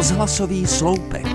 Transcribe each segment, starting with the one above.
Rozhlasový sloupek.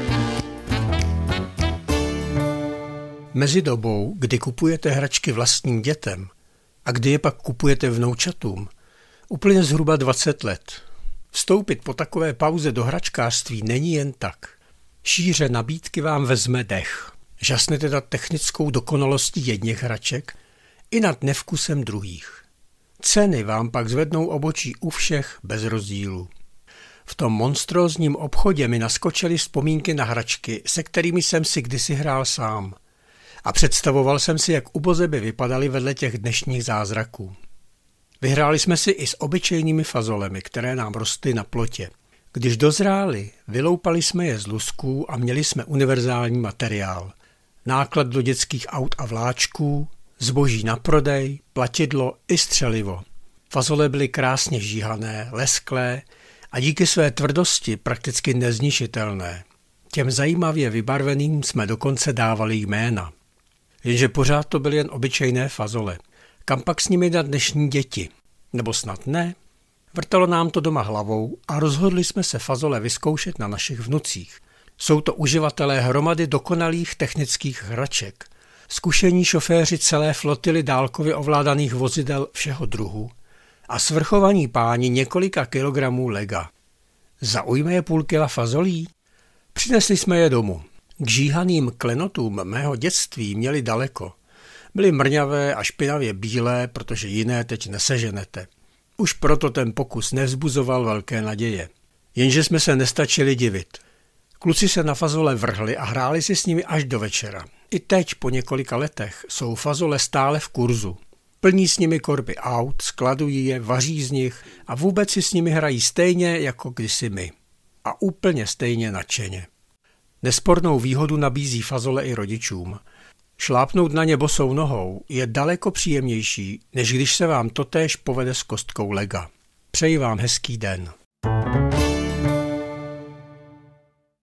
Mezi dobou, kdy kupujete hračky vlastním dětem a kdy je pak kupujete vnoučatům, uplyne zhruba 20 let. Vstoupit po takové pauze do hračkářství není jen tak. Šíře nabídky vám vezme dech. Žasnete nad technickou dokonalostí jedněch hraček i nad nevkusem druhých. Ceny vám pak zvednou obočí u všech bez rozdílu. V tom monstrózním obchodě mi naskočily vzpomínky na hračky, se kterými jsem si kdysi hrál sám. A představoval jsem si, jak uboze by vypadaly vedle těch dnešních zázraků. Vyhráli jsme si i s obyčejnými fazolemi, které nám rostly na plotě. Když dozráli, vyloupali jsme je z lusků a měli jsme univerzální materiál. Náklad do dětských aut a vláčků, zboží na prodej, platidlo i střelivo. Fazole byly krásně žíhané, lesklé a díky své tvrdosti prakticky nezničitelné. Těm zajímavě vybarveným jsme dokonce dávali jména. Jenže pořád to byly jen obyčejné fazole. Kam pak s nimi dát dnešní děti? Nebo snad ne? Vrtalo nám to doma hlavou a rozhodli jsme se fazole vyzkoušet na našich vnucích. Jsou to uživatelé hromady dokonalých technických hraček. Zkušení šoféři celé flotily dálkově ovládaných vozidel všeho druhu a svrchovaní páni několika kilogramů lega. Zaujme je půl kila fazolí? Přinesli jsme je domů. K žíhaným klenotům mého dětství měli daleko. Byly mrňavé a špinavě bílé, protože jiné teď neseženete. Už proto ten pokus nevzbuzoval velké naděje. Jenže jsme se nestačili divit. Kluci se na fazole vrhli a hráli si s nimi až do večera. I teď, po několika letech, jsou fazole stále v kurzu. Plní s nimi korby aut, skladují je, vaří z nich a vůbec si s nimi hrají stejně jako kdysi my. A úplně stejně nadšeně. Nespornou výhodu nabízí fazole i rodičům. Šlápnout na ně bosou nohou je daleko příjemnější, než když se vám totéž povede s kostkou lega. Přeji vám hezký den.